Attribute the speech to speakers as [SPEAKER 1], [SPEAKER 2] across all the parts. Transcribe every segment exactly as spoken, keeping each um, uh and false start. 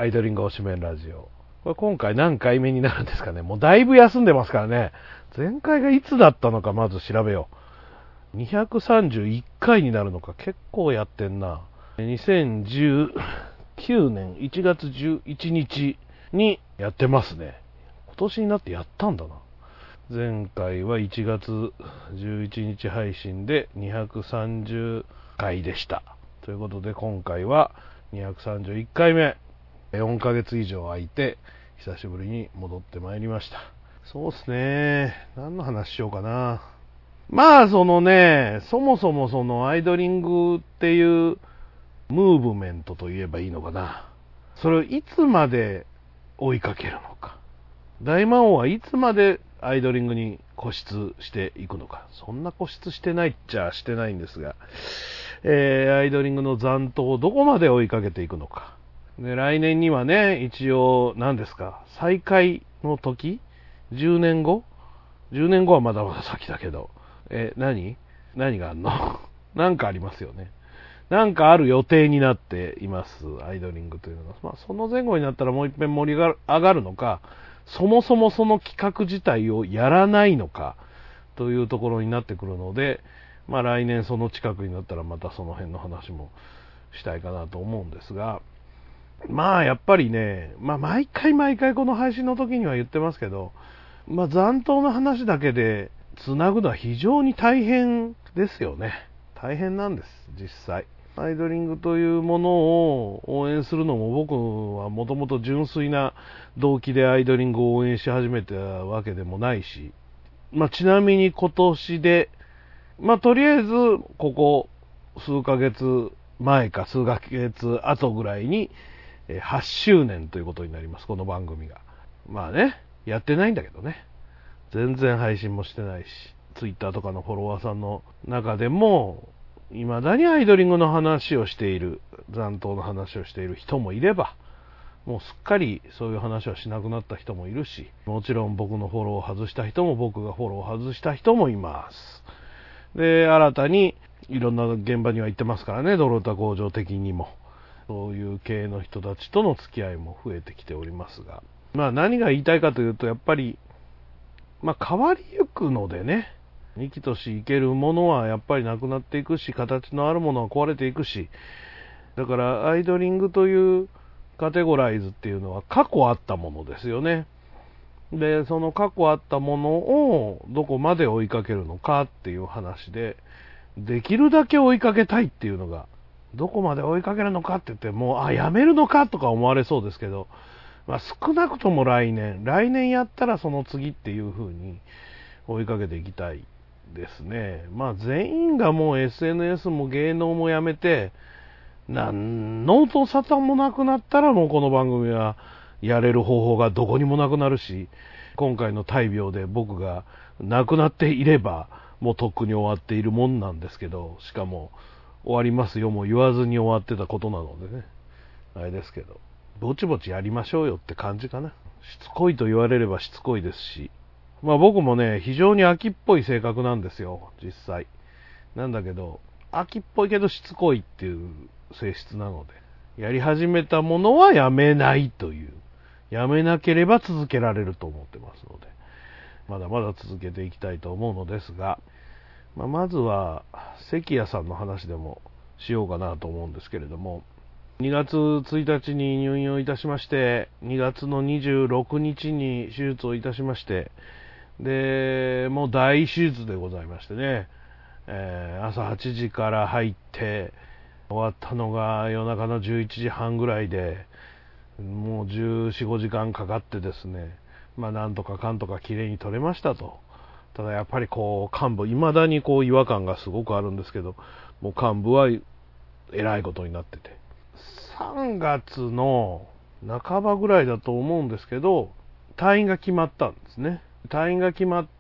[SPEAKER 1] アイドリング推しメンラジオ。これ今回何回目になるんですかね。もうだいぶ休んでますからね。前回がいつだったのかまず調べよう。にひゃくさんじゅういっかいになるのか。結構やってんな。にせんじゅうきゅうねんいちがつじゅういちにちにやってますね。今年になってやったんだな。前回はいちがつじゅういちにち配信でにひゃくさんじゅっかいでした。ということで今回はにひゃくさんじゅういっかいめ。よんかげつ以上空いて久しぶりに戻ってまいりました。そうっすね。何の話しようかな。まあそのね、そもそもそのアイドリングっていうムーブメントと言えばいいのかな。それをいつまで追いかけるのか。大魔王はいつまでアイドリングに固執していくのか。そんな固執してないっちゃしてないんですが、えー、アイドリングの残党をどこまで追いかけていくのか。で、来年にはね、一応何ですか、再開の時じゅうねんご じゅう 年後はまだまだ先だけど、え、何何があんのなんかありますよね。なんかある予定になっています、アイドリングというのが。まあ、その前後になったらもう一遍盛り上がるのか、そもそもその企画自体をやらないのかというところになってくるので、まあ来年その近くになったらまたその辺の話もしたいかなと思うんですが、まあやっぱりね、まあ毎回毎回この配信の時には言ってますけど、まあ残党の話だけでつなぐのは非常に大変ですよね。大変なんです、実際。アイドリングというものを応援するのも僕はもともと純粋な動機でアイドリングを応援し始めたわけでもないし、まあちなみに今年で、まあとりあえずここ数ヶ月前か数ヶ月後ぐらいにはっしゅうねんということになります、この番組が。まあね、やってないんだけどね。全然配信もしてないし、ツイッターとかのフォロワーさんの中でも、未だにアイドリングの話をしている、残党の話をしている人もいれば、もうすっかりそういう話はしなくなった人もいるし、もちろん僕のフォローを外した人も、僕がフォローを外した人もいます。で、新たにいろんな現場には行ってますからね、ドロータ工場的にも。そういう系の人たちとの付き合いも増えてきておりますが、まあ何が言いたいかというと、やっぱり、まあ変わりゆくのでね、生きとし生けるものはやっぱりなくなっていくし、形のあるものは壊れていくし、だからアイドリングというカテゴライズっていうのは過去あったものですよね。で、その過去あったものをどこまで追いかけるのかっていう話で、できるだけ追いかけたいっていうのが、どこまで追いかけるのかって言って、もう、あ、やめるのかとか思われそうですけど、まあ、少なくとも来年、来年やったらその次っていう風に追いかけていきたいですね。まあ、全員がもう エスエヌエス も芸能もやめて、なんの音沙汰もなくなったらもうこの番組はやれる方法がどこにもなくなるし、今回の大病で僕が亡くなっていれば、もうとっくに終わっているもんなんですけど、しかも、終わりますよも言わずに終わってたことなのでね、あれですけど、ぼちぼちやりましょうよって感じかな。しつこいと言われればしつこいですし、まあ僕もね、非常に秋っぽい性格なんですよ、実際。なんだけど、秋っぽいけどしつこいっていう性質なので、やり始めたものはやめないという、やめなければ続けられると思ってますので、まだまだ続けていきたいと思うのですが、まあ、まずは関谷さんの話でもしようかなと思うんですけれども、にがつついたちに入院をいたしまして、にがつのにじゅうろくにちに手術をいたしまして、でもう大手術でございましてね、えー、朝はちじから入って終わったのが夜中のじゅういちじはんぐらいで、もうじゅうよん、ごじかんかかってですね、まあなんとかかんとか綺麗に取れましたと。ただやっぱりこう幹部、未だにこう違和感がすごくあるんですけど、もう幹部はえらいことになってて、さんがつの半ばぐらいだと思うんですけど、退院が決まったんですね。退院が決まって、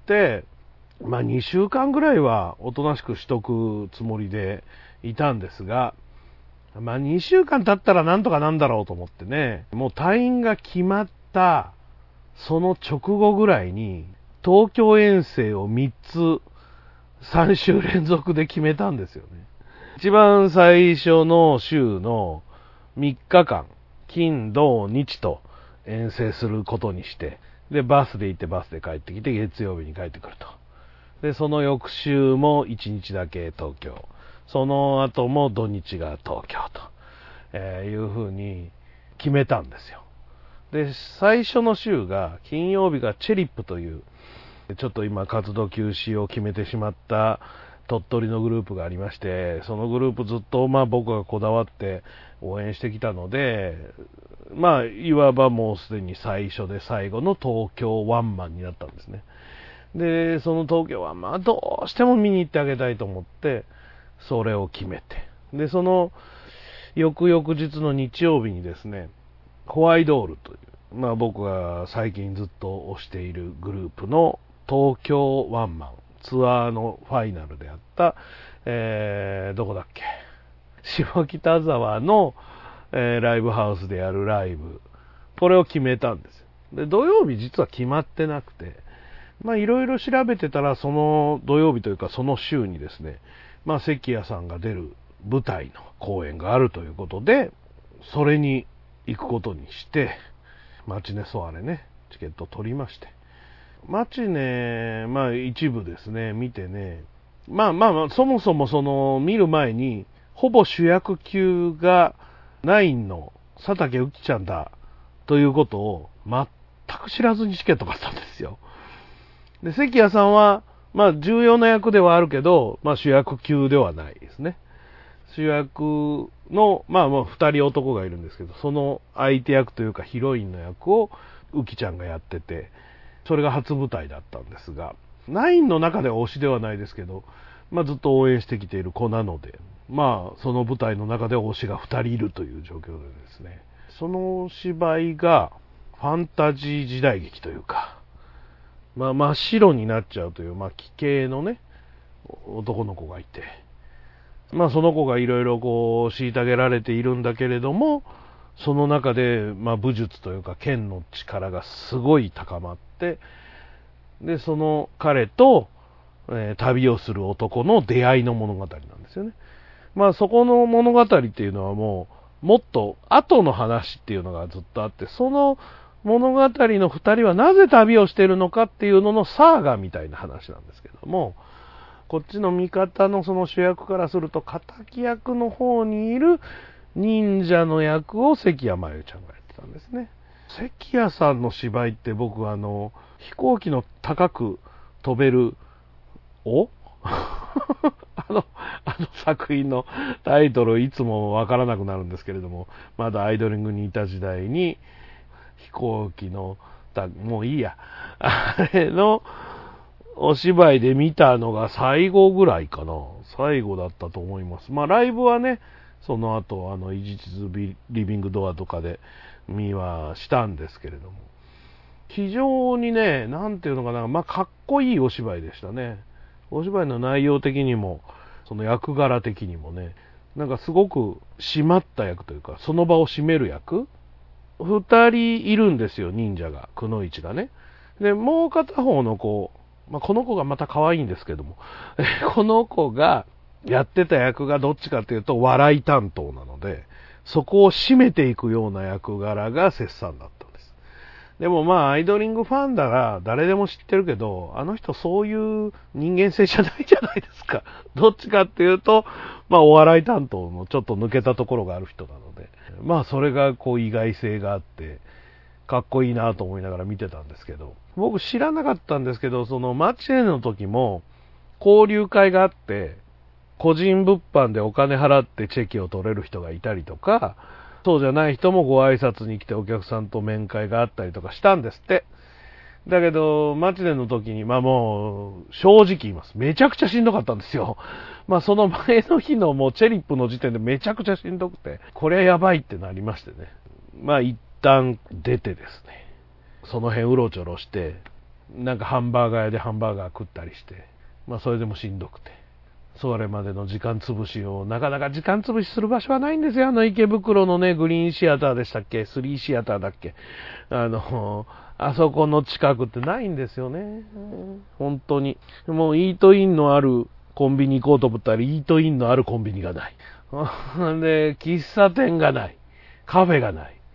[SPEAKER 1] まあにしゅうかんぐらいはおとなしくしとくつもりでいたんですが、まあにしゅうかん経ったらなんとかなんだろうと思ってね、もう退院が決まったその直後ぐらいに、東京遠征をみっつさんしゅう連続で決めたんですよね。一番最初の週のみっかかん、 金、土、日と遠征することにして、で、バスで行ってバスで帰ってきて、月曜日に帰ってくると。で、その翌週もいちにちだけ東京。その後も土日が東京と、えー、いうふうに決めたんですよ。で、最初の週が、金曜日がチェリップという、ちょっと今活動休止を決めてしまった鳥取のグループがありまして、そのグループずっとまあ僕がこだわって応援してきたので、まあいわばもうすでに最初で最後の東京ワンマンになったんですね。で、その東京ワンマンはどうしても見に行ってあげたいと思って、それを決めて、で、その翌々日の日曜日にですね、ホワイドールという、まあ僕が最近ずっと推しているグループの東京ワンマンツアーのファイナルであった、えー、どこだっけ、下北沢の、えー、ライブハウスでやるライブ、これを決めたんですよ。で、土曜日実は決まってなくて、まあいろいろ調べてたら、その土曜日というかその週にですね、まあ関谷さんが出る舞台の公演があるということで、それに行くことにして、マチネソワレね、チケット取りまして、マチネ、まあ一部ですね、見てね、まあまあまあ、そもそもその、見る前に、ほぼ主役級が、ナインの佐竹うきちゃんだ、ということを、全く知らずにチケット買ったんですよ。で、関谷さんは、まあ重要な役ではあるけど、まあ主役級ではないですね。主役の、まあまあ二人男がいるんですけど、その相手役というかヒロインの役を、うきちゃんがやってて、それが初舞台だったんですが、ナインの中では推しではないですけど、まあ、ずっと応援してきている子なので、まあその舞台の中では推しがふたりいるという状況でですね、その芝居がファンタジー時代劇というか、まあ真っ白になっちゃうという、まあ奇形のね男の子がいて、まあその子がいろいろこう虐げられているんだけれども、その中で、まあ、武術というか剣の力がすごい高まって、でその彼と、えー、旅をする男の出会いの物語なんですよね。まあそこの物語っていうのはもうもっと後の話っていうのがずっとあって、その物語の二人はなぜ旅をしているのかっていうののサーガみたいな話なんですけども、こっちの味方のその主役からすると敵役の方にいる忍者の役を関谷真由ちゃんがやってたんですね。関谷さんの芝居って僕あの飛行機の高く飛べるおあのあの作品のタイトルいつもわからなくなるんですけれども、まだアイドリングにいた時代に飛行機のもういいやあれのお芝居で見たのが最後ぐらいかな、最後だったと思います。まあライブはね、その後あのイジチズリビングドアとかで見はしたんですけれども、非常にね、なんていうのかな、まあかっこいいお芝居でしたね。お芝居の内容的にもその役柄的にもね、なんかすごく締まった役というか、その場を締める役、二人いるんですよ、忍者が、くのいちがね。でもう片方の子、まあ、この子がまた可愛いんですけどもこの子がやってた役がどっちかというと笑い担当なので、そこを締めていくような役柄が切磋だったんです。でもまあアイドリングファンなら誰でも知ってるけど、あの人そういう人間性じゃないじゃないですか。どっちかっていうと、まあお笑い担当のちょっと抜けたところがある人なので、まあそれがこう意外性があってかっこいいなと思いながら見てたんですけど、僕知らなかったんですけど、そのマチネの時も交流会があって、個人物販でお金払ってチェキを取れる人がいたりとか、そうじゃない人もご挨拶に来てお客さんと面会があったりとかしたんですって。だけどマチネの時に、まあもう正直言います、めちゃくちゃしんどかったんですよ。まあその前の日のもうチェリップの時点でめちゃくちゃしんどくて、これはやばいってなりましてね、まあ一旦出てですね、その辺うろちょろして、なんかハンバーガー屋でハンバーガー食ったりして、まあそれでもしんどくて、それまでの時間潰しを、なかなか時間潰しする場所はないんですよ。あの池袋のね、グリーンシアターでしたっけ、スリーシアターだっけ、あのあそこの近くってないんですよね、本当に。もうイートインのあるコンビニ行こうと思ったらイートインのあるコンビニがないで、喫茶店がない、カフェがない、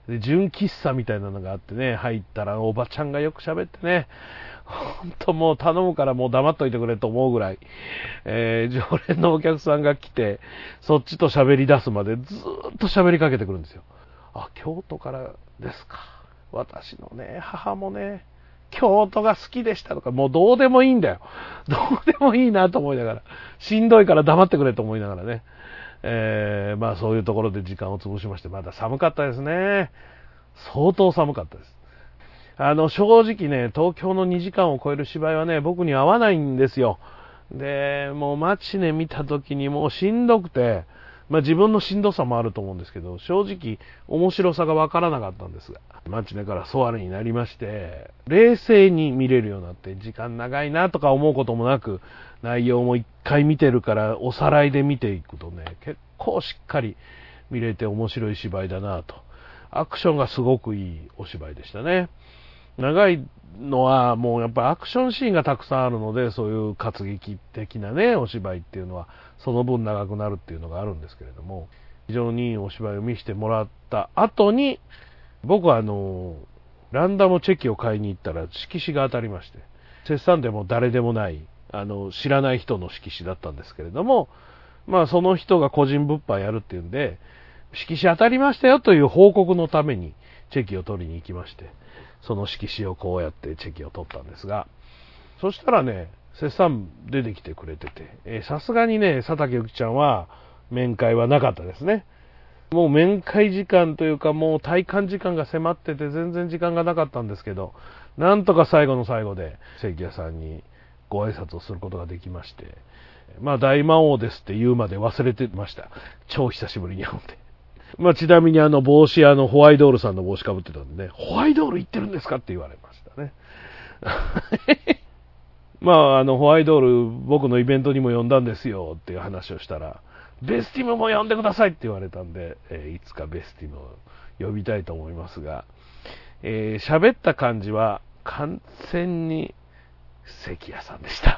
[SPEAKER 1] で純喫茶みたいなのがあってね、入ったらおばちゃんがよく喋ってね、ほんともう頼むからもう黙っといてくれと思うぐらい、えー、常連のお客さんが来て、そっちと喋り出すまでずーっと喋りかけてくるんですよ。あ、京都からですか。私のね、母もね、京都が好きでしたとか、もうどうでもいいんだよ。どうでもいいなと思いながら、しんどいから黙ってくれと思いながらね。えー、まあそういうところで時間を潰しまして、まだ寒かったですね。相当寒かったです。あの、正直ね、東京のにじかんを超える芝居はね、僕に合わないんですよ。で、もうマチネ見た時にもうしんどくて、まあ自分のしんどさもあると思うんですけど、正直面白さがわからなかったんですが、マチネからソアレになりまして、冷静に見れるようになって、時間長いなとか思うこともなく、内容も一回見てるからおさらいで見ていくとね、結構しっかり見れて面白い芝居だなと。アクションがすごくいいお芝居でしたね。長いのはもうやっぱりアクションシーンがたくさんあるので、そういう活劇的なねお芝居っていうのはその分長くなるっていうのがあるんですけれども、非常にいいお芝居を見せてもらった後に、僕はあのランダムチェキを買いに行ったら色紙が当たりまして、折算でも誰でもないあの知らない人の色紙だったんですけれども、まあその人が個人物販やるっていうんで、色紙当たりましたよという報告のためにチェキを取りに行きまして、その色紙をこうやってチェキを取ったんですが、そしたらね、折算出てきてくれてて、さすがにね、佐竹ゆきちゃんは面会はなかったですね。もう面会時間というか、もう体感時間が迫ってて全然時間がなかったんですけど、なんとか最後の最後で関谷さんにご挨拶をすることができまして、まあ大魔王ですって言うまで忘れてました。超久しぶりに会うんで。まあ、ちなみにあの帽子、あのホワイドールさんの帽子かぶってたんでね、ホワイドール行ってるんですかって言われましたね。まあ、あのホワイドール僕のイベントにも呼んだんですよっていう話をしたら、ベスティムも呼んでくださいって言われたんで、えー、いつかベスティムを呼びたいと思いますが、えー、喋った感じは完全に関谷さんでした。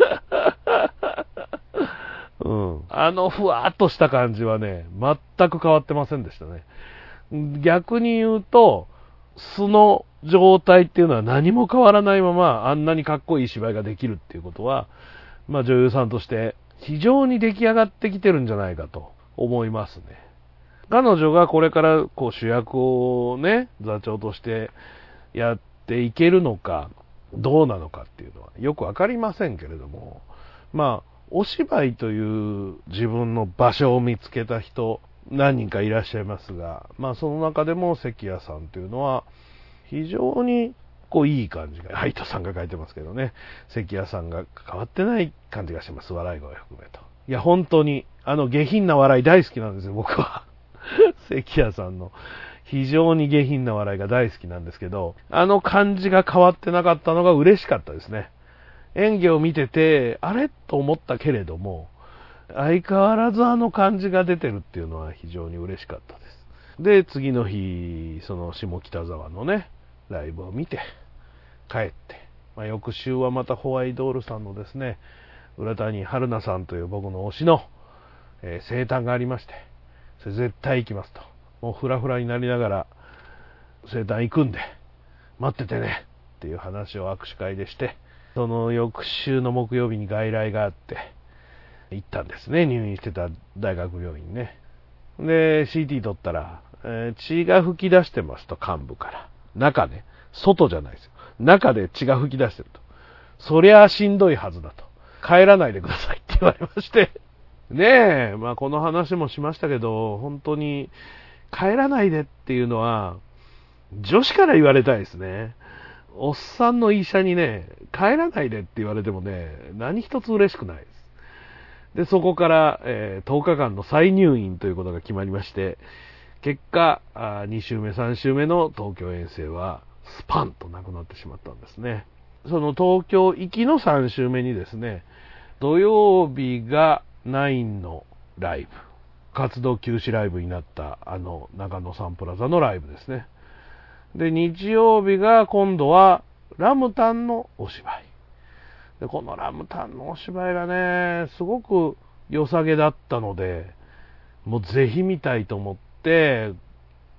[SPEAKER 1] うん、あのふわっとした感じはね、全く変わってませんでしたね。逆に言うと、素の状態っていうのは何も変わらないまま、あんなにかっこいい芝居ができるっていうことは、まあ女優さんとして非常に出来上がってきてるんじゃないかと思いますね。彼女がこれからこう主役をね、座長としてやっていけるのか、どうなのかっていうのはよくわかりませんけれども、まあ、お芝居という自分の場所を見つけた人何人かいらっしゃいますが、まあその中でも関谷さんというのは非常にこういい感じが、ハイトさんが書いてますけどね、関谷さんが変わってない感じがします。笑い声含めと。いや本当にあの下品な笑い大好きなんですよ、僕は。関谷さんの非常に下品な笑いが大好きなんですけど、あの感じが変わってなかったのが嬉しかったですね。演技を見てて、あれと思ったけれども、相変わらずあの感じが出てるっていうのは非常に嬉しかったです。で、次の日、その下北沢のね、ライブを見て、帰って、まあ、翌週はまたホワイドールさんのですね、浦谷春菜さんという僕の推しの、えー、生誕がありまして、それ絶対行きますと。もうフラフラになりながら、生誕行くんで、待っててねっていう話を握手会でして、その翌週の木曜日に外来があって行ったんですね。入院してた大学病院ね。で シーティー 取ったら、えー、血が噴き出してますと、幹部から。中ね、外じゃないですよ、中で血が噴き出してると。そりゃあしんどいはずだと。帰らないでくださいって言われましてねえ、まあこの話もしましたけど、本当に帰らないでっていうのは女子から言われたいですね。おっさんの医者にね、帰らないでって言われてもね、何一つ嬉しくないです。で、そこから、えー、とおかかんの再入院ということが決まりまして、結果、あに週目、さん週目の東京遠征はスパンとなくなってしまったんですね。その東京行きのさん週目にですね、土曜日がナインのライブ、活動休止ライブになったあの中野サンプラザのライブですね。で、日曜日が今度はラムタンのお芝居で、このラムタンのお芝居がね、すごく良さげだったので、もうぜひ見たいと思って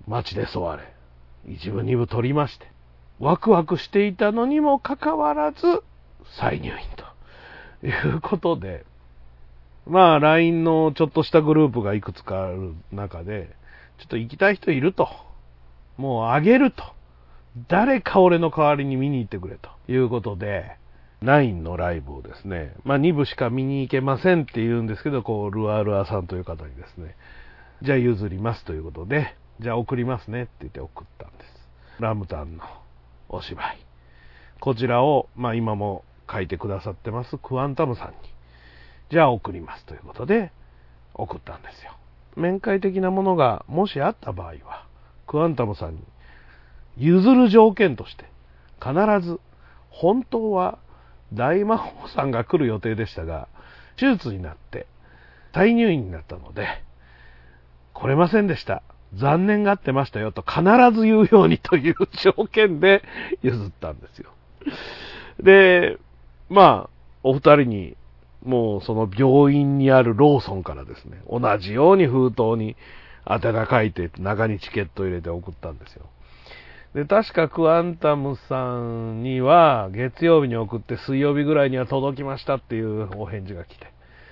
[SPEAKER 1] 街で襲われ、一部二部取りまして、ワクワクしていたのにもかかわらず再入院ということで、まあ ライン のちょっとしたグループがいくつかある中で、ちょっと行きたい人いると、もうあげると、誰か俺の代わりに見に行ってくれということで、ナインのライブをですね、まあに部しか見に行けませんって言うんですけど、こうルアールアさんという方にですね、じゃあ譲りますということで、じゃあ送りますねって言って送ったんです。ラムタンのお芝居、こちらをまあ今も書いてくださってますクワンタムさんに、じゃあ送りますということで送ったんですよ。面会的なものがもしあった場合は、クワンタムさんに譲る条件として必ず、本当は大魔王さんが来る予定でしたが手術になって再入院になったので来れませんでした、残念がってましたよと必ず言うようにという条件で譲ったんですよ。で、まあお二人にもうその病院にあるローソンからですね、同じように封筒に宛名書いて中にチケット入れて送ったんですよ。で、確かクワンタムさんには月曜日に送って水曜日ぐらいには届きましたっていうお返事が来て、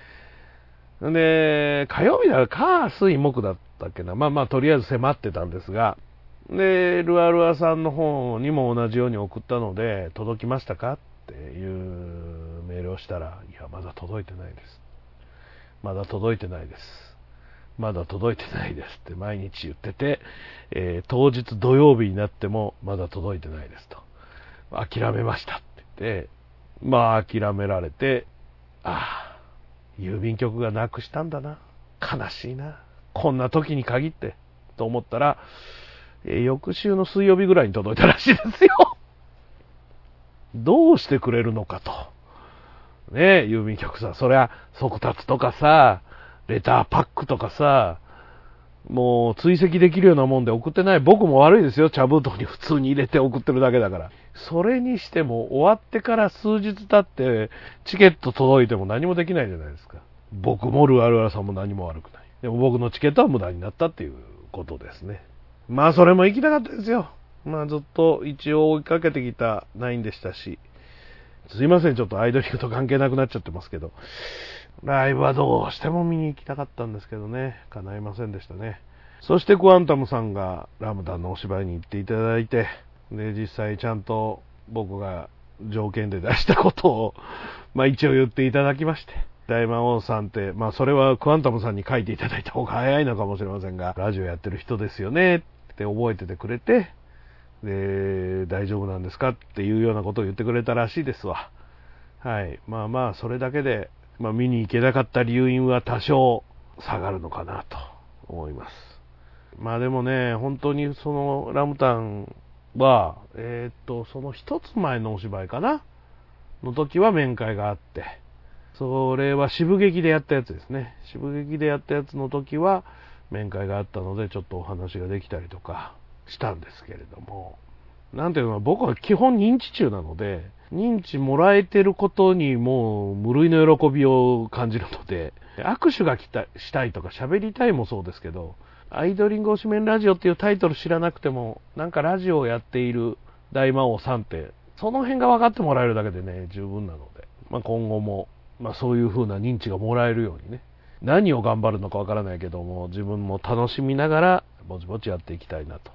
[SPEAKER 1] で火曜日だから火水木だったっけな、まあまあとりあえず迫ってたんですが、でルアルアさんの方にも同じように送ったので、届きましたかっていうメールをしたら、いやまだ届いてないです、まだ届いてないです、まだ届いてないですって毎日言ってて、えー、当日土曜日になってもまだ届いてないですと、諦めましたって言って、まあ諦められて、ああ郵便局がなくしたんだな、悲しいな、こんな時に限ってと思ったら、えー、翌週の水曜日ぐらいに届いたらしいですよ。どうしてくれるのかとねえ、郵便局さ、そりゃ速達とかさ、レターパックとかさ、もう追跡できるようなもんで送ってない僕も悪いですよ。茶封筒に普通に入れて送ってるだけだから。それにしても終わってから数日経ってチケット届いても何もできないじゃないですか。僕もルアルアさんも何も悪くない。でも僕のチケットは無駄になったっていうことですね。まあそれも行きたかったですよ。まあずっと一応追いかけてきたナインでしたし、すいませんちょっとアイドリングと関係なくなっちゃってますけど、ライブはどうしても見に行きたかったんですけどね、叶いませんでしたね。そしてクワンタムさんがラムダンのお芝居に行っていただいて、で実際ちゃんと僕が条件で出したことをまあ一応言っていただきまして、大魔王さんって、まあそれはクワンタムさんに書いていただいた方が早いのかもしれませんが、ラジオやってる人ですよねって覚えててくれて、で大丈夫なんですかっていうようなことを言ってくれたらしいですわ。はい、まあまあそれだけで、まあ、見に行けなかった留飲は多少下がるのかなと思います。まあでもね、本当にそのラムタンはえー、っとその一つ前のお芝居かなの時は面会があって、それは渋劇でやったやつですね。渋劇でやったやつの時は面会があったのでちょっとお話ができたりとかしたんですけれども、なんていうの、僕は基本認知中なので、認知もらえてることにもう無類の喜びを感じるので、握手が来たしたいとか喋りたいもそうですけど、アイドリング推しメンラジオっていうタイトル知らなくても、なんかラジオをやっている大魔王さんってその辺が分かってもらえるだけでね十分なので、まあ、今後も、まあ、そういう風な認知がもらえるようにね、何を頑張るのか分からないけども自分も楽しみながらぼちぼちやっていきたいなと。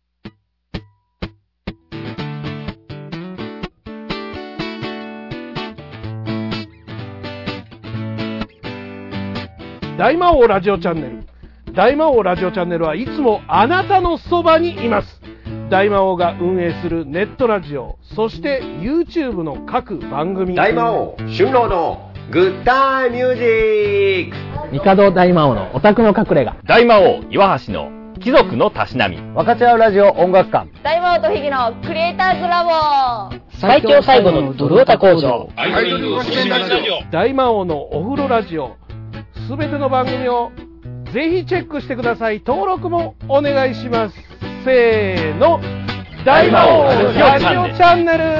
[SPEAKER 1] 大魔王ラジオチャンネル。大魔王ラジオチャンネルはいつもあなたのそばにいます。大魔王が運営するネットラジオ、そして YouTube の各番組。
[SPEAKER 2] 大魔王春郎のグッタイミュージック。
[SPEAKER 3] 帝大魔王のオタクの隠れ家。
[SPEAKER 4] 大魔王岩橋の貴族のたしなみ。
[SPEAKER 3] 分かち合うラジオ音楽館。
[SPEAKER 5] 大魔王とヒゲのクリエイターズラボ。
[SPEAKER 3] 最強最後のドルオタ工場。
[SPEAKER 4] アイドリング推しメンラジ
[SPEAKER 1] オ。大魔王のお風呂ラジオ。すべての番組をぜひチェックしてください。登録もお願いします。せーの、大魔王ラジオチャンネル。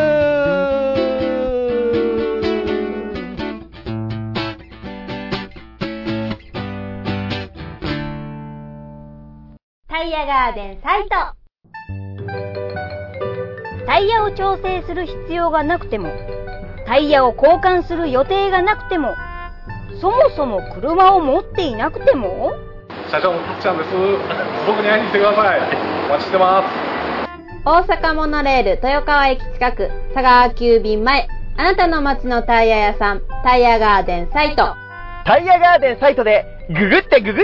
[SPEAKER 5] タイヤヤガーデンサイト。タイヤを調整する必要がなくても、タイヤを交換する予定がなくても、そもそも車を持っていなくても。
[SPEAKER 6] 社長のたっちゃんです。僕に会いに来てください。お待ちしてます。
[SPEAKER 7] 大阪モノレール豊川駅近く、佐川急便前、あなたの街のタイヤ屋さん、タイヤガーデンサイト。
[SPEAKER 3] タイヤガーデンサイトでググってググって。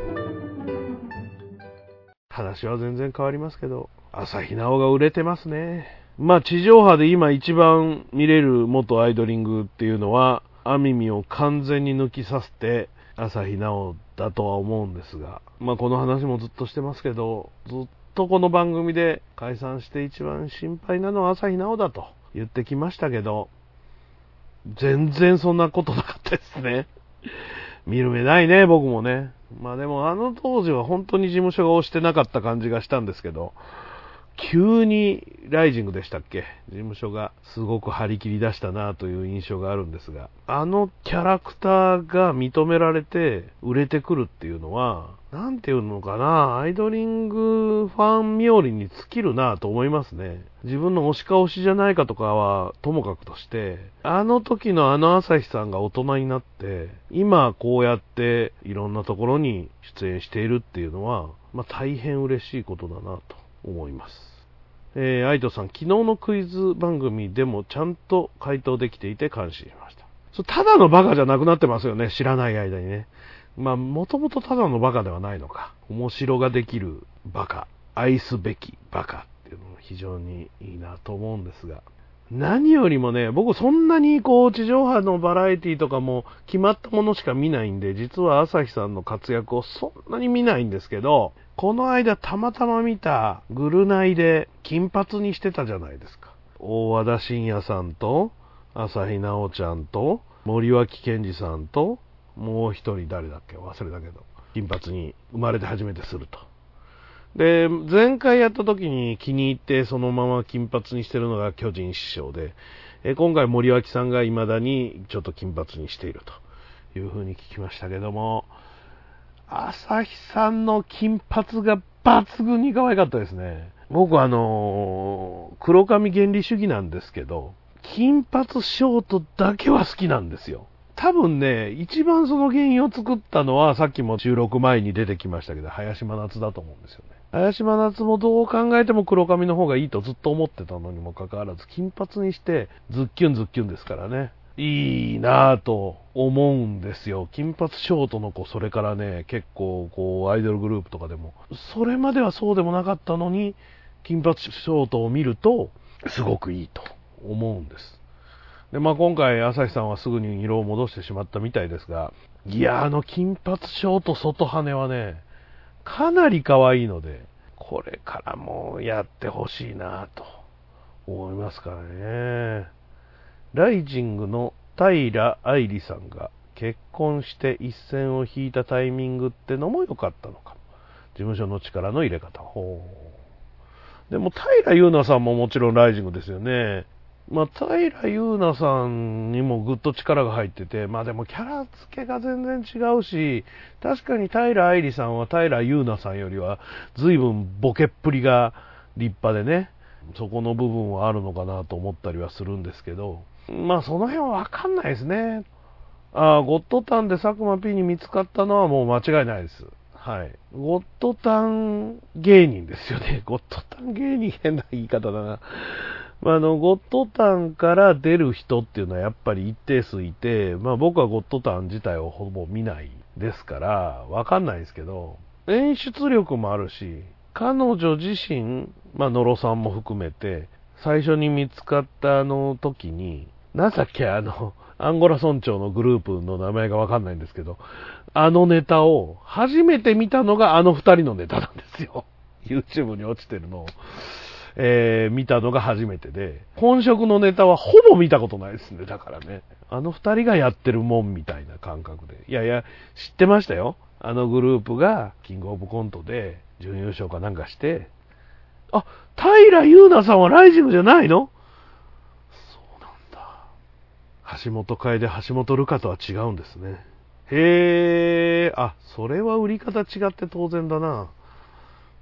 [SPEAKER 1] 話は全然変わりますけど、朝日奈央が売れてますね。まあ地上波で今一番見れる元アイドリングっていうのは、アミミを完全に抜きさせて朝日奈央だとは思うんですが、まあこの話もずっとしてますけど、ずっとこの番組で解散して一番心配なのは朝日奈央だと言ってきましたけど、全然そんなことなかったですね。見る目ないね、僕もね。まあでもあの当時は本当に事務所が押してなかった感じがしたんですけど、急にライジングでしたっけ、事務所がすごく張り切り出したなという印象があるんですが、あのキャラクターが認められて売れてくるっていうのは、なんていうのかな、アイドリングファン冥利に尽きるなと思いますね。自分の推しか推しじゃないかとかはともかくとして、あの時のあの朝日さんが大人になって今こうやっていろんなところに出演しているっていうのは、まあ、大変嬉しいことだなと思います。えー、アイトさん、昨日のクイズ番組でもちゃんと回答できていて感心しました。それただのバカじゃなくなってますよね、知らない間にね。まあもともとただのバカではないのか、面白ができるバカ、愛すべきバカっていうのも非常にいいなと思うんですが、何よりもね、僕そんなにこう地上波のバラエティとかも決まったものしか見ないんで、実は朝日さんの活躍をそんなに見ないんですけど、この間たまたま見たグルナイで金髪にしてたじゃないですか。大和田伸也さんと朝日奈央ちゃんと森脇健児さんともう一人誰だっけ忘れたけど、金髪に生まれて初めてすると。で、前回やった時に気に入ってそのまま金髪にしてるのが巨人師匠で、え今回森脇さんが未だにちょっと金髪にしているという風に聞きましたけども、朝日さんの金髪が抜群に可愛かったですね。僕はあのー、黒髪原理主義なんですけど、金髪ショートだけは好きなんですよ。多分ね、一番その原因を作ったのは、さっきも収録前に出てきましたけど、林真夏だと思うんですよね。林真夏もどう考えても黒髪の方がいいとずっと思ってたのにもかかわらず、金髪にしてズッキュンズッキュンですからね。いいなぁと思うんですよ。金髪ショートの子、それからね、結構こうアイドルグループとかでも、それまではそうでもなかったのに、金髪ショートを見ると、すごくいいと思うんです。で、まあ今回朝日さんはすぐに色を戻してしまったみたいですが、いや、あの金髪ショート外羽はね、かなり可愛いので、これからもやってほしいなと思いますからね。ライジングの平愛理さんが結婚して一線を引いたタイミングってのも良かったのかも。事務所の力の入れ方。ほう。でも平優奈さんももちろんライジングですよね。まあ平優奈さんにもぐっと力が入ってて、まあでもキャラ付けが全然違うし、確かに平愛理さんは平優奈さんよりは随分ボケっぷりが立派でね、そこの部分はあるのかなと思ったりはするんですけど、まあその辺はわかんないですね。ああ、ゴッドタンで佐久間 P に見つかったのはもう間違いないです。はい。ゴッドタン芸人ですよね。ゴッドタン芸人、変な言い方だな。まあ、あの、ゴッドタンから出る人っていうのはやっぱり一定数いて、まあ僕はゴッドタン自体をほぼ見ないですから、わかんないですけど、演出力もあるし、彼女自身、まあ野呂さんも含めて、最初に見つかったあの時に、なんだっけ、あの、アンゴラ村長のグループの名前がわかんないんですけど、あのネタを初めて見たのがあの二人のネタなんですよ。YouTube に落ちてるのを、えー、見たのが初めてで、本職のネタはほぼ見たことないですね。だからね、あの二人がやってるもんみたいな感覚で。いやいや、知ってましたよ。あのグループがキングオブコントで準優勝かなんかして、あ、平優奈さんはライジングじゃないの？そうなんだ。橋本楓、橋本瑠香とは違うんですね。へー、あ、それは売り方違って当然だな。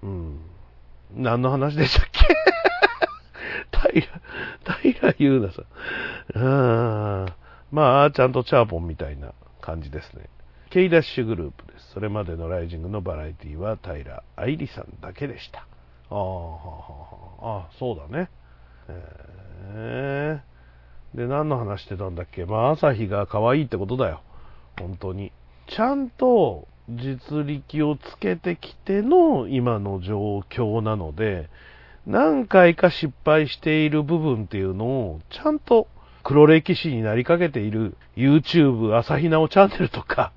[SPEAKER 1] うん。何の話でしたっけ平、平優奈さん。あーまあ、ちゃんとチャーポンみたいな感じですね。K ダッシュグループです。それまでのライジングのバラエティは平愛理さんだけでした。ああ、ああ、そうだね。えー、で、何の話してたんだっけ。まあ、朝日が可愛いってことだよ。本当に。ちゃんと実力をつけてきての今の状況なので、何回か失敗している部分っていうのをちゃんと黒歴史になりかけている YouTube 朝日奈央チャンネルとか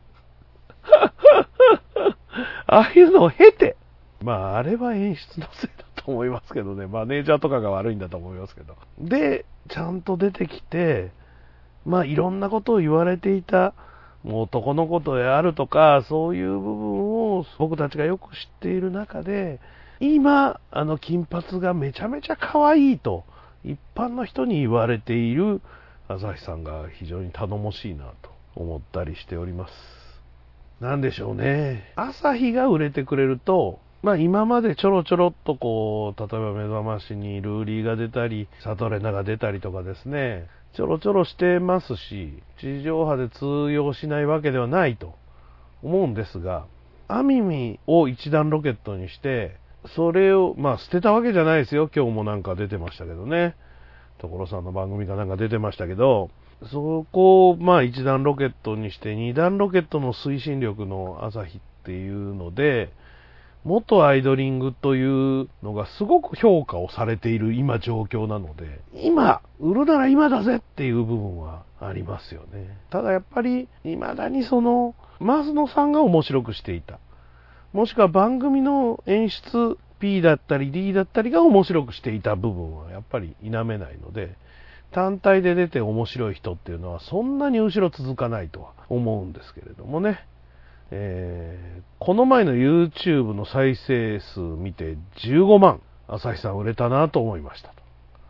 [SPEAKER 1] ああいうのを経て、まああれは演出のせいだと思いますけどね、マネージャーとかが悪いんだと思いますけど、でちゃんと出てきて、まあいろんなことを言われていた、もう男のことであるとかそういう部分を僕たちがよく知っている中で、今あの金髪がめちゃめちゃ可愛いと一般の人に言われている朝日さんが非常に頼もしいなと思ったりしております。なんでしょうね、朝日が売れてくれると、まあ今までちょろちょろっとこう、例えば目覚ましにルーリーが出たりサトレナが出たりとかですね、ちょろちょろしてますし、地上波で通用しないわけではないと思うんですが、アミミを一段ロケットにしてそれをまあ捨てたわけじゃないですよ。今日もなんか出てましたけどね、所さんの番組かなんか出てましたけど、そこをまあ一段ロケットにして二段ロケットの推進力の朝日っていうので、元アイドリングというのがすごく評価をされている今状況なので、今売るなら今だぜっていう部分はありますよね。ただやっぱり未だにその増野さんが面白くしていた、もしくは番組の演出 P だったり D だったりが面白くしていた部分はやっぱり否めないので、単体で出て面白い人っていうのはそんなに後ろ続かないとは思うんですけれどもね、えー、この前の YouTube の再生数見てじゅうごまん、朝日さん売れたなと思いましたと。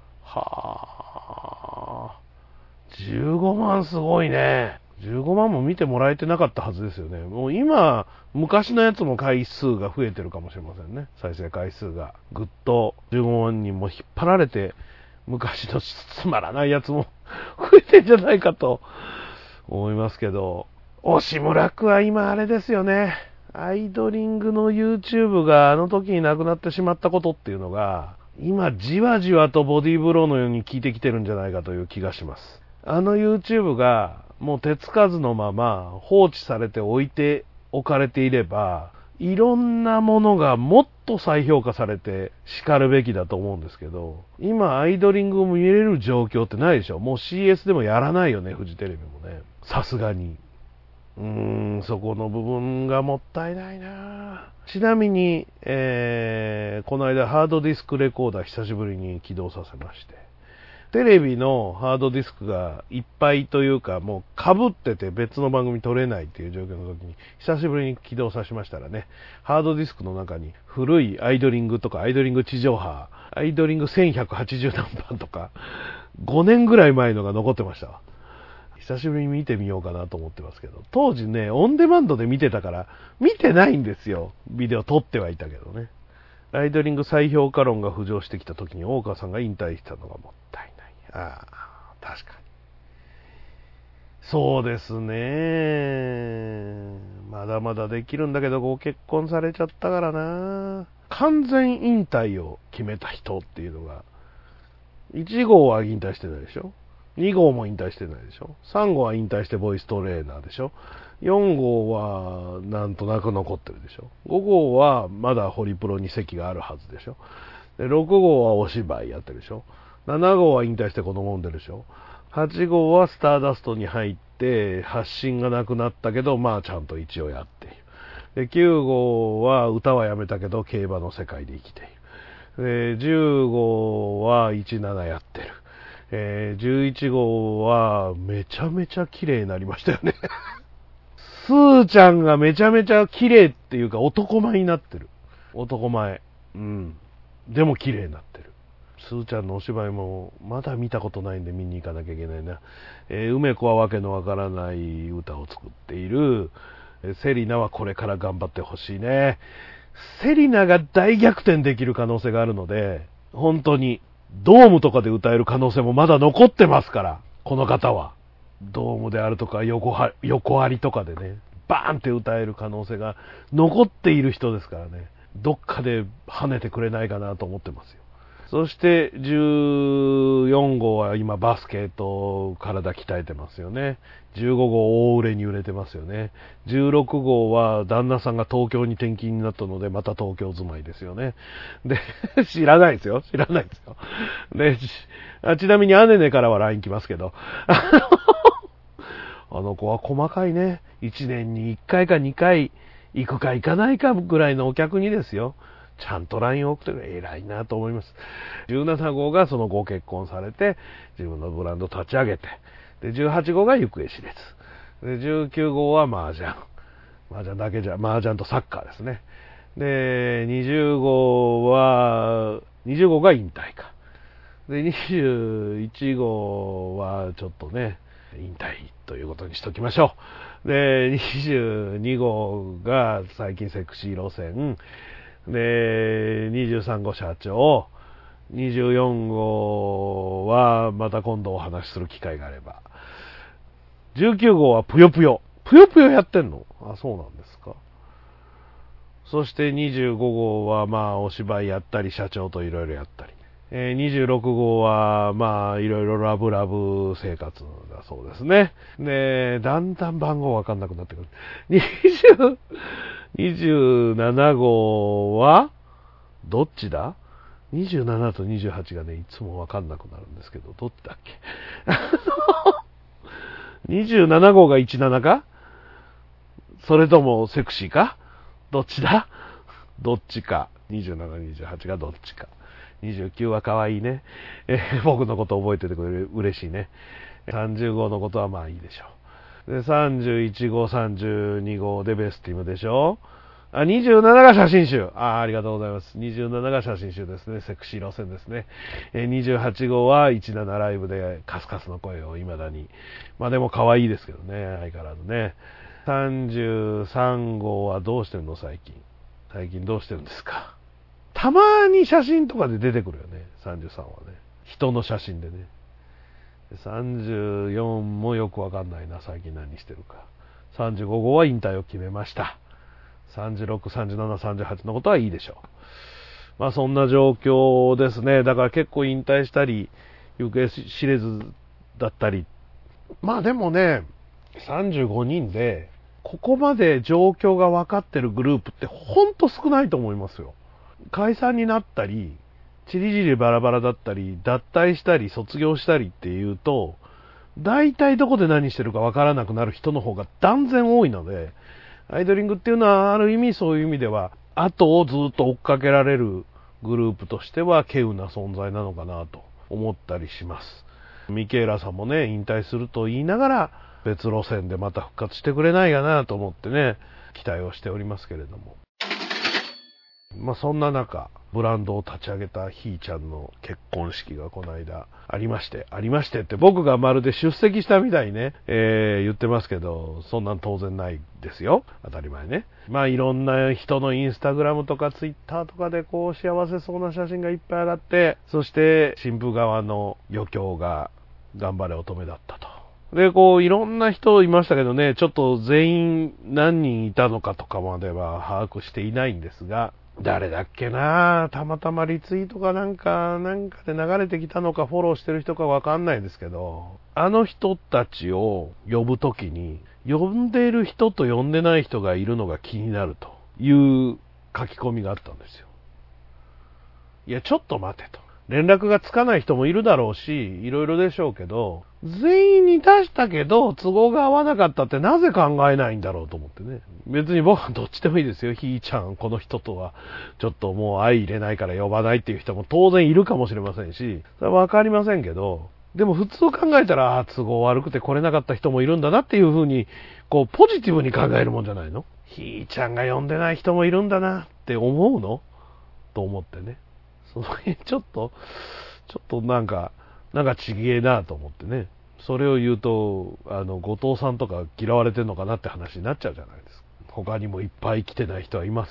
[SPEAKER 1] はぁ、じゅうごまんすごいね。じゅうごまんも見てもらえてなかったはずですよね。もう今昔のやつも回数が増えてるかもしれませんね。再生回数がぐっとじゅうごまんにも引っ張られて、昔のつまらないやつも増えてんじゃないかと思いますけど、押村区は今あれですよね、アイドリングの YouTube があの時になくなってしまったことっていうのが今じわじわとボディーブローのように効いてきてるんじゃないかという気がします。あの YouTube がもう手つかずのまま放置されて置いておかれていれば、いろんなものがもっと再評価されて叱るべきだと思うんですけど、今アイドリングを見れる状況ってないでしょ。もう シーエス でもやらないよね、フジテレビもね、さすがに。うーん、そこの部分がもったいないな。ちなみに、えー、この間ハードディスクレコーダー久しぶりに起動させまして、テレビのハードディスクがいっぱいというか、もう被ってて別の番組撮れないっていう状況の時に久しぶりに起動させましたらね、ハードディスクの中に古いアイドリングとかアイドリング地上波、アイドリングせんひゃくはちじゅうなんばんとかごねんぐらい前のが残ってましたわ。久しぶりに見てみようかなと思ってますけど、当時ねオンデマンドで見てたから見てないんですよ。ビデオ撮ってはいたけどね。アイドリング再評価論が浮上してきた時に大川さんが引退したのがもったいない。ああ、確かにそうですね。まだまだできるんだけどご結婚されちゃったからな。完全引退を決めた人っていうのが、いち号は引退してないでしょ、に号も引退してないでしょ、さん号は引退してボイストレーナーでしょ、よん号はなんとなく残ってるでしょ、ご号はまだホリプロに席があるはずでしょ、でろく号はお芝居やってるでしょ、なな号は引退して子供産んでるでしょ、はち号はスターダストに入って発信がなくなったけどまあちゃんと一応やっている。できゅう号は歌はやめたけど競馬の世界で生きている。でじゅう号はいちななやってる。えー、じゅういち号はめちゃめちゃ綺麗になりましたよねスーちゃんがめちゃめちゃ綺麗っていうか男前になってる。男前、うん、でも綺麗になってる。スーちゃんのお芝居もまだ見たことないんで見に行かなきゃいけないな。えー、梅子はわけのわからない歌を作っている。セリナはこれから頑張ってほしいね。 セリナが大逆転できる可能性があるので、本当にドームとかで歌える可能性もまだ残ってますから、この方は。ドームであるとか横は横ありとかでね、バーンって歌える可能性が残っている人ですからね、どっかで跳ねてくれないかなと思ってますよ。そしてじゅうよん号は今バスケと体鍛えてますよね。じゅうご号大売れに売れてますよね。じゅうろく号は旦那さんが東京に転勤になったのでまた東京住まいですよね。で、知らないですよ。知らないですよ。で、あちなみにアネネからは ライン 来ますけど、あの子は細かいね。いちねんにいっかいかにかい行くか行かないかぐらいのお客にですよ。ちゃんと ライン を送ってくれ、偉いなと思います。じゅうなな号がその後結婚されて、自分のブランド立ち上げて、で、じゅうはち号が行方知れず。で、じゅうきゅう号は麻雀。麻雀だけじゃ、麻雀とサッカーですね。で、にじゅう号は、にじゅう号が引退か。で、にじゅういち号はちょっとね、引退ということにしときましょう。で、にじゅうに号が最近セクシー路線。で、にじゅうさん号社長、にじゅうよん号はまた今度お話しする機会があれば、じゅうきゅう号はぷよぷよ。ぷよぷよやってんの？あ、そうなんですか。そしてにじゅうご号はまあお芝居やったり社長といろいろやったり、えー、にじゅうろく号はまあいろいろラブラブ生活だそうですね。で、だんだん番号わかんなくなってくる。にじゅうにじゅうなな号はどっちだ ?にじゅうなな とにじゅうはちがね、いつもわかんなくなるんですけど、どっちだっけにじゅうなな号がじゅうななか、それともセクシーか、どっちだ、どっちか。にじゅうなな、にじゅうはちがどっちか。にじゅうきゅうは可愛いね。えー、僕のこと覚えててくれる、嬉しいね。さんじゅう号のことはまあいいでしょう。で、さんじゅういち号、さんじゅうに号でベスティムでしょ。あ、にじゅうななが写真集。あ、ありがとうございます。にじゅうななが写真集ですね。セクシー路線ですね。え、にじゅうはち号はじゅうななライブでカスカスの声を未だに。まあでも可愛いですけどね。相変わらずね。さんじゅうさん号はどうしてるの最近。最近どうしてるんですか。たまに写真とかで出てくるよね。さんじゅうさんはね。人の写真でね。さんじゅうよんもよくわかんないな、最近何してるか。さんじゅうご号は引退を決めました。さんじゅうろく、さんじゅうなな、さんじゅうはちのことはいいでしょう。まあそんな状況ですね。だから結構引退したり、行方知れずだったり。まあでもね、さんじゅうごにんで、ここまで状況が分かってるグループってほんと少ないと思いますよ。解散になったり、ちりじりバラバラだったり、脱退したり、卒業したりっていうと、大体どこで何してるかわからなくなる人の方が断然多いので、アイドリングっていうのはある意味そういう意味では、後をずっと追っかけられるグループとしては稀有な存在なのかなと思ったりします。ミケーラさんもね、引退すると言いながら、別路線でまた復活してくれないかなと思ってね、期待をしておりますけれども。まあそんな中、ブランドを立ち上げたひーちゃんの結婚式がこの間ありまして、ありましてって僕がまるで出席したみたいにね、えー、言ってますけど、そんなん当然ないですよ。当たり前ね。まあいろんな人のインスタグラムとかツイッターとかでこう幸せそうな写真がいっぱい上がって、そして新婦側の余興が頑張れ乙女だったと。で、こういろんな人いましたけどね、ちょっと全員何人いたのかとかまでは把握していないんですが、誰だっけな、たまたまリツイートかなんか、なんかで流れてきたのかフォローしてる人かわかんないですけど、あの人たちを呼ぶときに、呼んでいる人と呼んでない人がいるのが気になるという書き込みがあったんですよ。いや、ちょっと待てと。連絡がつかない人もいるだろうし、いろいろでしょうけど、全員に出したけど都合が合わなかったってなぜ考えないんだろうと思ってね。別に僕はどっちでもいいですよ。ひーちゃん、この人とはちょっともう相入れないから呼ばないっていう人も当然いるかもしれませんし、それはわかりませんけど、でも普通考えたら、あ、都合悪くて来れなかった人もいるんだなっていうふうに、こうポジティブに考えるもんじゃないの？ひーちゃんが呼んでない人もいるんだなって思うの？と思ってね。その辺ちょっと、ちょっとなんか、なんかちげえなと思ってね。それを言うと、あの、後藤さんとか嫌われてんのかなって話になっちゃうじゃないですか。他にもいっぱい来てない人はいますよ。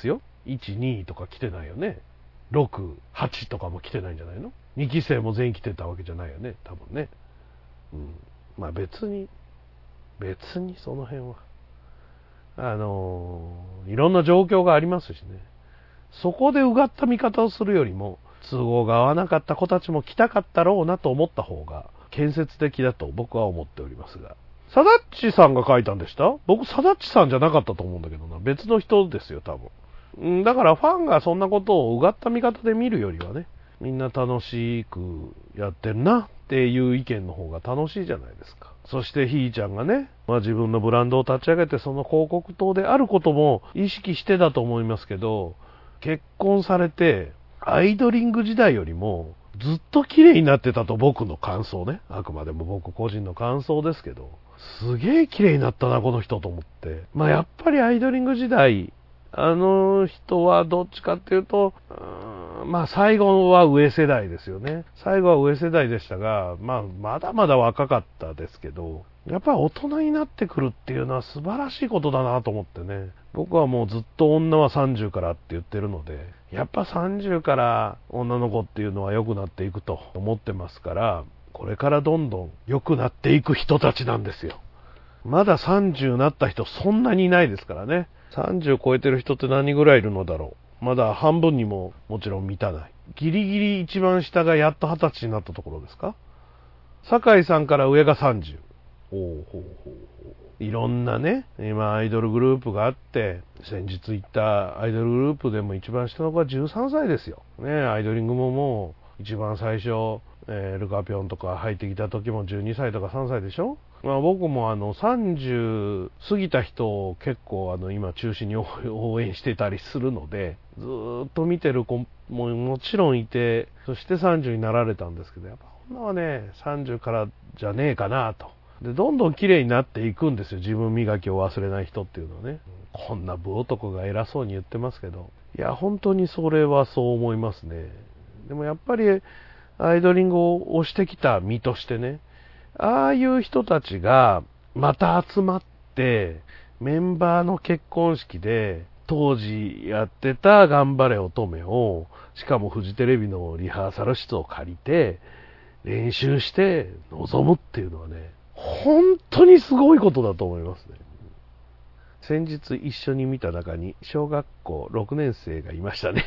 [SPEAKER 1] いち、にとか来てないよね。ろく、はちとかも来てないんじゃないの？にき生も全員来てたわけじゃないよね、多分ね。うん。まあ別に、別にその辺は。あのー、いろんな状況がありますしね。そこでうがった見方をするよりも、都合が合わなかった子たちも来たかったろうなと思った方が、建設的だと僕は思っておりますが。サダッチさんが書いたんでした？僕サダッチさんじゃなかったと思うんだけどな。別の人ですよ、多分。うん、だからファンがそんなことをうがった見方で見るよりはね、みんな楽しくやってるなっていう意見の方が楽しいじゃないですか。そしてひーちゃんがね、まあ、自分のブランドを立ち上げてその広告塔であることも意識してだと思いますけど、結婚されてアイドリング時代よりもずっと綺麗になってたと僕の感想ね。あくまでも僕個人の感想ですけど、すげえ綺麗になったなこの人と思って。まあやっぱりアイドリング時代、あの人はどっちかっていうと、うーん、まあ最後は上世代ですよね。最後は上世代でしたが、まあまだまだ若かったですけど、やっぱり大人になってくるっていうのは素晴らしいことだなと思ってね。僕はもうずっと女はさんじゅうからって言ってるので、やっぱさんじゅうから女の子っていうのは良くなっていくと思ってますから、これからどんどん良くなっていく人たちなんですよ。まださんじゅうになった人そんなにいないですからね。さんじゅう超えてる人って何人ぐらいいるのだろう。まだ半分にももちろん満たない。ギリギリ一番下がやっとはたちになったところですか。酒井さんから上がさんじゅう。ほうほうほうほう。いろんなね、今アイドルグループがあって、先日行ったアイドルグループでも一番下の子はじゅうさんさいですよ。ね、アイドリングももう一番最初、えー、ルカピョンとか入ってきた時もじゅうにさいとかさんさいでしょ。まあ、僕もあのさんじゅう過ぎた人を結構あの今中心に応援してたりするので、ずーっと見てる子ももちろんいて、そしてさんじゅうになられたんですけど、やっぱ女はねさんじゅうからじゃねえかなと。でどんどん綺麗になっていくんですよ。自分磨きを忘れない人っていうのはね。こんな武男が偉そうに言ってますけど、いや本当にそれはそう思いますね。でもやっぱりアイドリングを推してきた身としてね、ああいう人たちがまた集まってメンバーの結婚式で当時やってた頑張れ乙女を、しかもフジテレビのリハーサル室を借りて練習して臨むっていうのはね、本当にすごいことだと思いますね。先日一緒に見た中に小学校ろくねん生がいましたね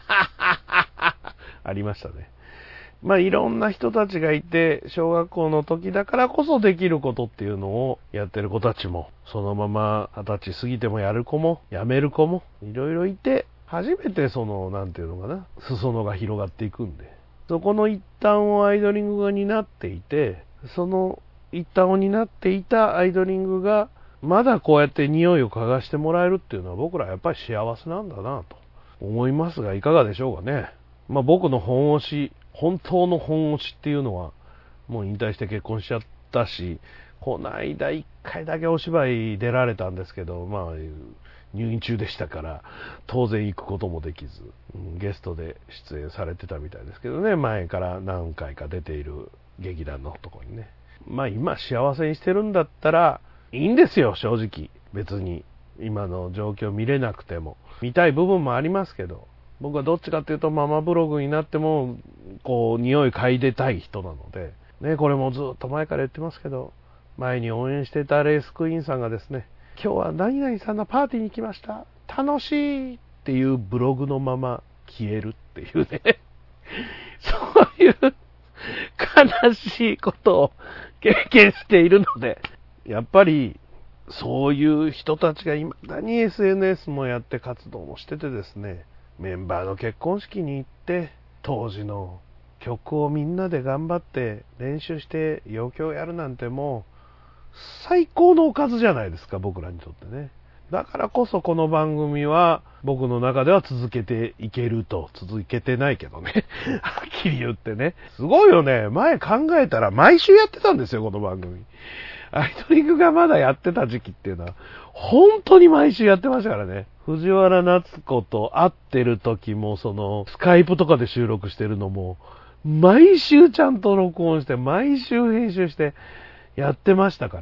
[SPEAKER 1] ありましたね。まあいろんな人たちがいて、小学校の時だからこそできることっていうのをやってる子たちも、そのまま二十歳過ぎてもやる子もやめる子もいろいろいて、初めてそのなんていうのかな、裾野が広がっていくんで、そこの一端をアイドリングが担っていて、その一端を担っていたアイドリングがまだこうやって匂いを嗅がしてもらえるっていうのは、僕らやっぱり幸せなんだなと思いますが、いかがでしょうかね。まあ僕の本推し、本当の本推しっていうのはもう引退して結婚しちゃったし、この間一回だけお芝居出られたんですけど、まあ入院中でしたから当然行くこともできず、うん、ゲストで出演されてたみたいですけどね、前から何回か出ている劇団のところにね。まあ今幸せにしてるんだったらいいんですよ、正直。別に今の状況見れなくても見たい部分もありますけど、僕はどっちかっていうとママブログになってもこう匂い嗅いでたい人なのでね。これもずっと前から言ってますけど、前に応援してたレースクイーンさんがですね、今日は何々さんのパーティーに来ました、楽しいっていうブログのまま消えるっていうねそういう悲しいことを経験しているので、やっぱりそういう人たちがいまだに エスエヌエス もやって活動もしててですね、メンバーの結婚式に行って当時の曲をみんなで頑張って練習して余興やるなんて、もう最高のおかずじゃないですか、僕らにとってね。だからこそこの番組は僕の中では続けていけると。続けてないけどねはっきり言ってね、すごいよね。前考えたら毎週やってたんですよ、この番組。アイドリングがまだやってた時期っていうのは本当に毎週やってましたからね。藤原夏子と会ってる時も、そのスカイプとかで収録してるのも毎週ちゃんと録音して毎週編集してやってましたから、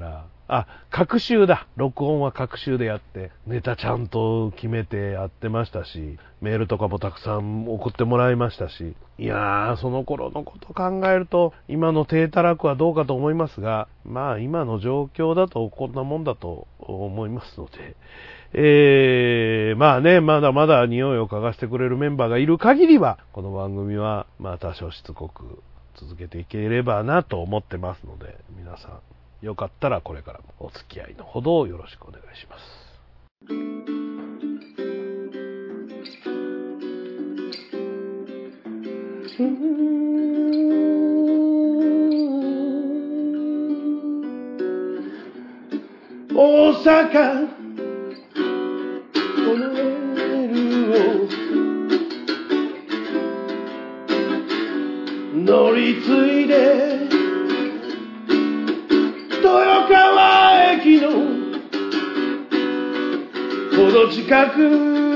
[SPEAKER 1] あ、隔週だ。録音は隔週でやって、ネタちゃんと決めてやってましたし、メールとかもたくさん送ってもらいましたし、いやー、その頃のこと考えると、今の低たらくはどうかと思いますが、まあ今の状況だとこんなもんだと思いますので、えー、まあね、まだまだ匂いを嗅がしてくれるメンバーがいる限りは、この番組は、まあ多少しつこく続けていければなと思ってますので、皆さん、よかったらこれからもお付き合いのほどよろしくお願いします。大阪このメールを乗り継いで豊川駅のほど近く、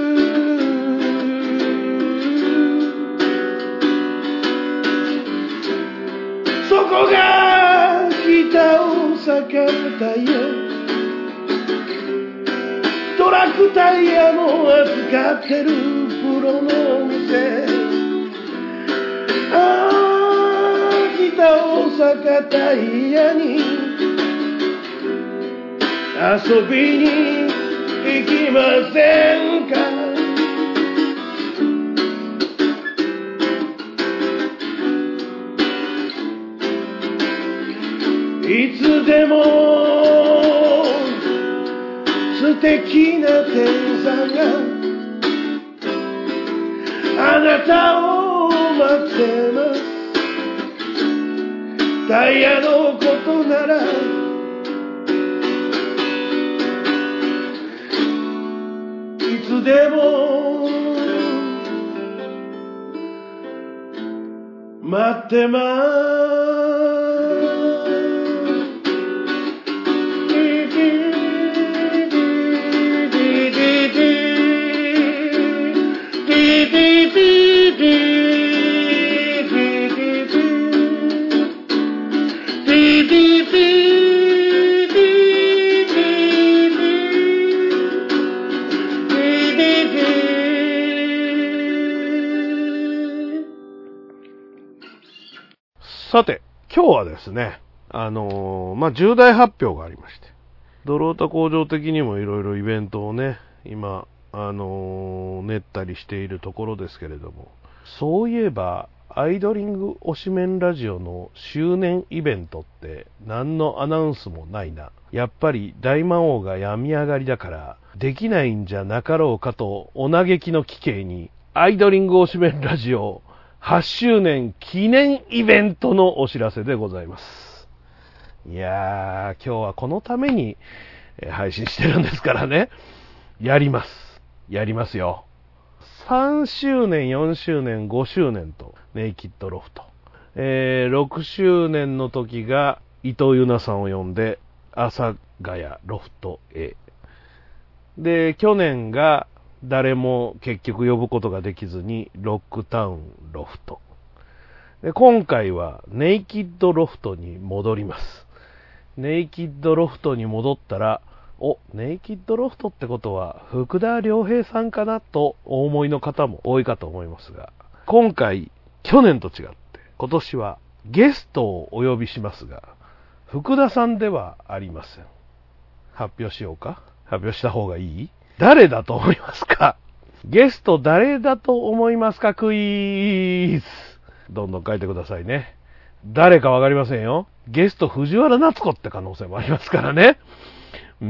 [SPEAKER 1] そこが北大阪タイヤ、トラックタイヤも扱ってるプロのお店、ああ北大阪タイヤに遊びに行きませんか。いつでも素敵な店さんがあなたを待ってます。タイヤのことならいつでも待ってます。さて、今日はですね、あのー、まあ、重大発表がありまして、ドロータ工場的にもいろいろイベントをね、今、あのー、練ったりしているところですけれども、そういえば、アイドリング推しメンラジオの周年イベントって何のアナウンスもないな。やっぱり大魔王が病み上がりだからできないんじゃなかろうかとお嘆きの帰慶に、アイドリング推しメンラジオはちしゅうねん記念イベントのお知らせでございます。いやー、今日はこのために配信してるんですからね。やります。やりますよ。さんしゅうねん、よんしゅうねん、ごしゅうねんとネイキッドロフト。えー、ろくしゅうねんの時が伊藤優奈さんを呼んで阿佐ヶ谷ロフト A。で、去年が誰も結局呼ぶことができずにロックタウンロフトで、今回はネイキッドロフトに戻ります。ネイキッドロフトに戻ったら、お、ネイキッドロフトってことは福田良平さんかなとお思いの方も多いかと思いますが、今回去年と違って今年はゲストをお呼びしますが、福田さんではありません。発表しようか。発表した方がいい？誰だと思いますか？ゲスト誰だと思いますか？クイズ。どんどん書いてくださいね。誰かわかりませんよ。ゲスト藤原夏子って可能性もありますからね。うん、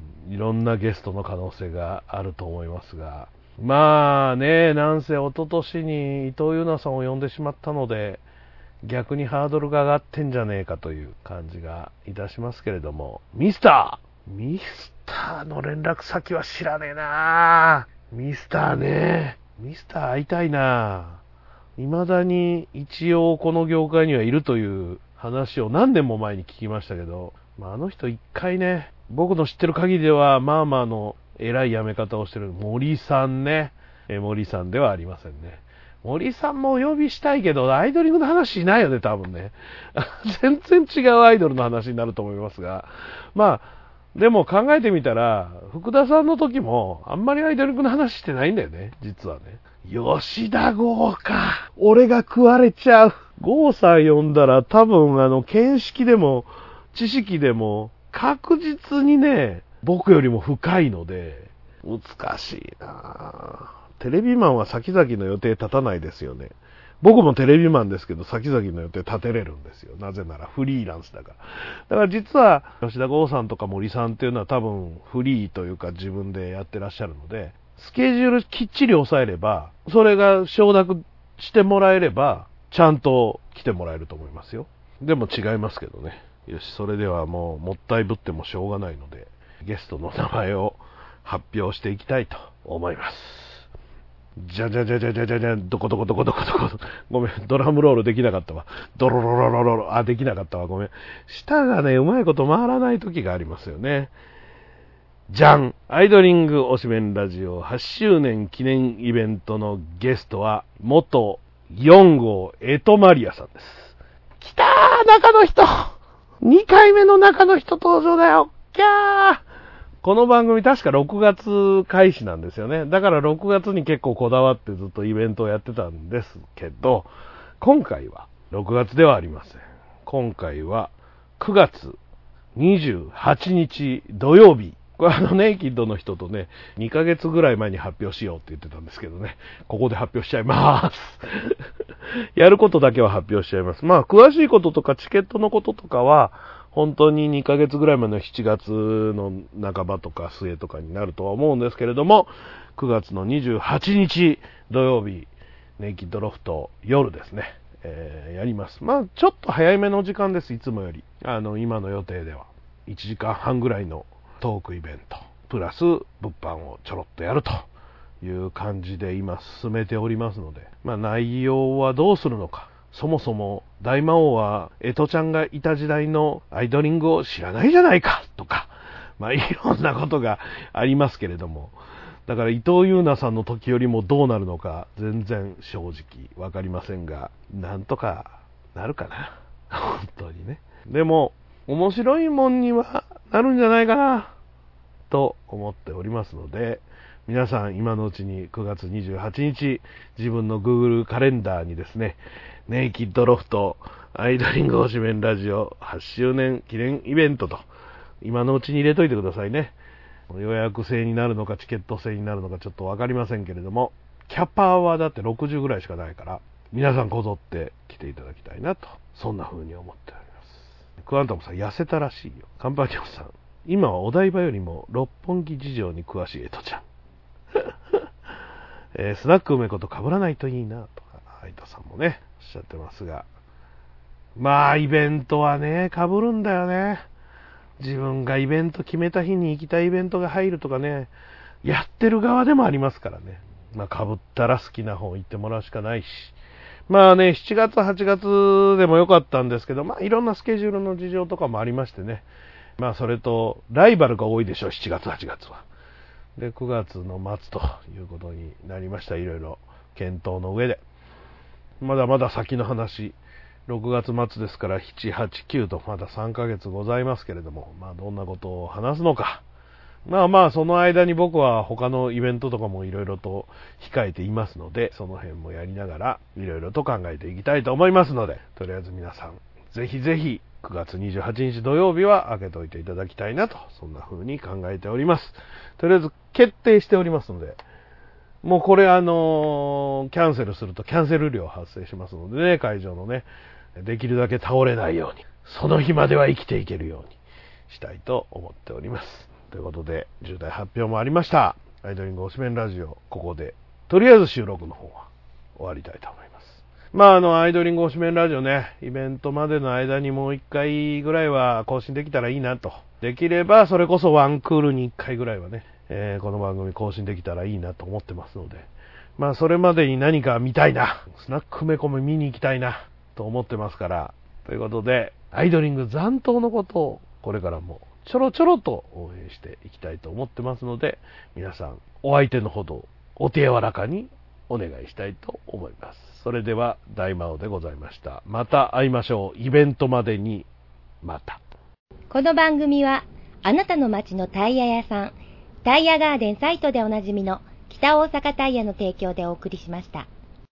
[SPEAKER 1] いろんなゲストの可能性があると思いますが、まあね、なんせ一昨年に伊藤優奈さんを呼んでしまったので、逆にハードルが上がってんじゃねえかという感じがいたしますけれども、ミスターミスターの連絡先は知らねえな。ミスターね、ミスター会いたいな。未だに一応この業界にはいるという話を何年も前に聞きましたけど、まあ、あの人一回ね、僕の知ってる限りではまあまあの偉い辞め方をしてる森さんね、え森さんではありませんね。 森さんもお呼びしたいけど、アイドリングの話しないよね、多分ね。全然違うアイドルの話になると思いますが。まあ、でも考えてみたら、福田さんの時も、あんまりアイドリングの話してないんだよね、実はね。吉田剛か。俺が食われちゃう。剛さん呼んだら多分、あの、見識でも、知識でも、確実にね、僕よりも深いので、難しいなぁ。テレビマンは先々の予定立たないですよね。僕もテレビマンですけど、先々の予定立てれるんですよ。なぜならフリーランスだから。だから実は、吉田剛さんとか森さんっていうのは多分フリーというか自分でやってらっしゃるので、スケジュールきっちり抑えれば、それが承諾してもらえれば、ちゃんと来てもらえると思いますよ。でも違いますけどね。よし、それではもうもったいぶってもしょうがないので、ゲストの名前を発表していきたいと思います。じゃじゃじゃじゃじゃじゃじゃ、どこどこどこどこどこ、ごめん、ドラムロールできなかったわ。ドロロロロロロ、あ、できなかったわ、ごめん。舌がね、うまいこと回らない時がありますよね。じゃん、アイドリング推しメンラジオはちしゅうねん記念イベントのゲストは、元よん号エトマリアさんです。来たー、中の人にかいめの中の人登場だよ、キャー。この番組確かろくがつ開始なんですよね。だからろくがつに結構こだわってずっとイベントをやってたんですけど、今回はろくがつではありません。今回はくがつにじゅうはちにち土曜日。これあのネイキッドの人とね、にかげつぐらい前に発表しようって言ってたんですけどね、ここで発表しちゃいます。やることだけは発表しちゃいます。まあ詳しいこととかチケットのこととかは、本当ににかげつぐらい前のしちがつの半ばとか末とかになるとは思うんですけれども、くがつのにじゅうはちにち土曜日、ネイキッドロフト夜ですね、えー、やります。まあちょっと早いめの時間です、いつもより。あの、今の予定では。いちじかんはんぐらいのトークイベント、プラス物販をちょろっとやるという感じで今進めておりますので、まあ内容はどうするのか。そもそも大魔王はエトちゃんがいた時代のアイドリングを知らないじゃないかとか、まあいろんなことがありますけれども、だから伊藤優奈さんの時よりもどうなるのか全然正直わかりませんが、なんとかなるかな本当にね。でも面白いもんにはなるんじゃないかなと思っておりますので、皆さん今のうちにくがつにじゅうはちにち自分の Google カレンダーにですね、ネイキッドロフトアイドリング推しメンラジオはちしゅうねん記念イベントと今のうちに入れといてくださいね。予約制になるのかチケット制になるのかちょっとわかりませんけれども、キャパはだってろくじゅうぐらいしかないから、皆さんこぞって来ていただきたいなと、そんな風に思っております。クワンタムさん痩せたらしいよ。カンパニオンさん、今はお台場よりも六本木事情に詳しいエトちゃんえー、スナック梅子と被らないといいなとか、相田さんもねおっしゃってますが、まあイベントはね被るんだよね。自分がイベント決めた日に行きたいイベントが入るとかね、やってる側でもありますからね。まあ被ったら好きな方行ってもらうしかないし、まあねしちがつはちがつでもよかったんですけど、まあいろんなスケジュールの事情とかもありましてね、まあそれとライバルが多いでしょう、しちがつはちがつは。でくがつの末ということになりました。いろいろ検討の上で、まだまだ先の話、ろくがつ末ですからなな、はち、きゅうとまださんかげつございますけれども、まあどんなことを話すのか、まあまあその間に僕は他のイベントとかもいろいろと控えていますので、その辺もやりながらいろいろと考えていきたいと思いますので、とりあえず皆さんぜひぜひくがつにじゅうはちにち土曜日は開けておいていただきたいなと、そんな風に考えております。とりあえず決定しておりますので、もうこれあのキャンセルするとキャンセル料発生しますのでね、会場のね、できるだけ倒れないように、その日までは生きていけるようにしたいと思っております。ということで重大発表もありました。アイドリング推しメンラジオ、ここでとりあえず収録の方は終わりたいと思います。まああのアイドリング推しメンラジオね、イベントまでの間にもういっかいぐらいは更新できたらいいなと。できればそれこそワンクールにいっかいぐらいはね、えー、この番組更新できたらいいなと思ってますので、まあそれまでに何か見たいな、スナックめこめ見に行きたいなと思ってますから、ということでアイドリング残党のことをこれからもちょろちょろと応援していきたいと思ってますので、皆さんお相手のほどお手柔らかにお願いしたいと思います。それでは大魔王でございました。また会いましょう。イベントまでにまた。
[SPEAKER 8] この番組はあなたの街のタイヤ屋さん、タイヤガーデンサイトでおなじみの北大阪タイヤの提供でお送りしました。